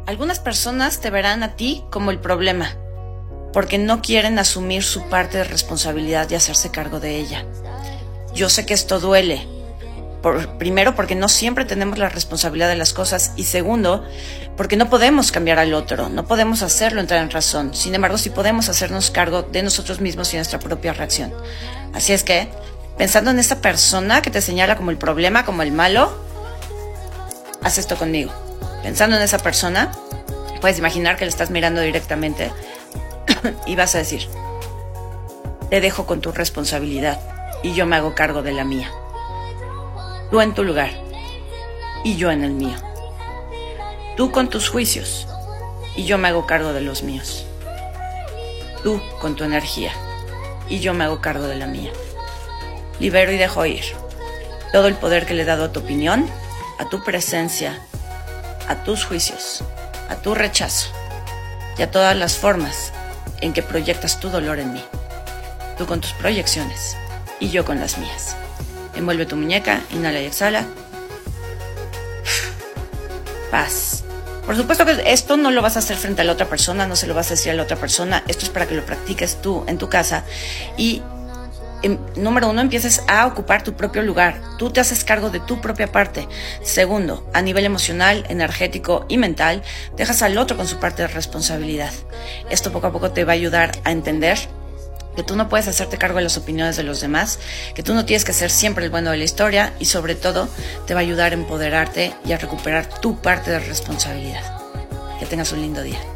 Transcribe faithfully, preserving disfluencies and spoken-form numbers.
Algunas personas te verán a ti como el problema, porque no quieren asumir su parte de responsabilidad y hacerse cargo de ella. Yo sé que esto duele. Por, primero, porque no siempre tenemos la responsabilidad de las cosas, y segundo, porque no podemos cambiar al otro, no podemos hacerlo entrar en razón. Sin embargo, sí podemos hacernos cargo de nosotros mismos y nuestra propia reacción. Así es que, pensando en esta persona que te señala como el problema, como el malo, haz esto conmigo. Pensando en esa persona, puedes imaginar que le estás mirando directamente y vas a decir: te dejo con tu responsabilidad y yo me hago cargo de la mía. Tú en tu lugar y yo en el mío. Tú con tus juicios y yo me hago cargo de los míos. Tú con tu energía y yo me hago cargo de la mía. Libero y dejo ir todo el poder que le he dado a tu opinión, a tu presencia, a tus juicios, a tu rechazo y a todas las formas en que proyectas tu dolor en mí. Tú con tus proyecciones y yo con las mías. Envuelve tu muñeca, inhala y exhala. Paz. Por supuesto que esto no lo vas a hacer frente a la otra persona, no se lo vas a decir a la otra persona. Esto es para que lo practiques tú en tu casa y, en, número uno, empieces a ocupar tu propio lugar. Tú te haces cargo de tu propia parte. Segundo, a nivel emocional, energético y mental, dejas al otro con su parte de responsabilidad. Esto poco a poco te va a ayudar a entender que tú no puedes hacerte cargo de las opiniones de los demás, que tú no tienes que ser siempre el bueno de la historia, y sobre todo te va a ayudar a empoderarte y a recuperar tu parte de responsabilidad. Que tengas un lindo día.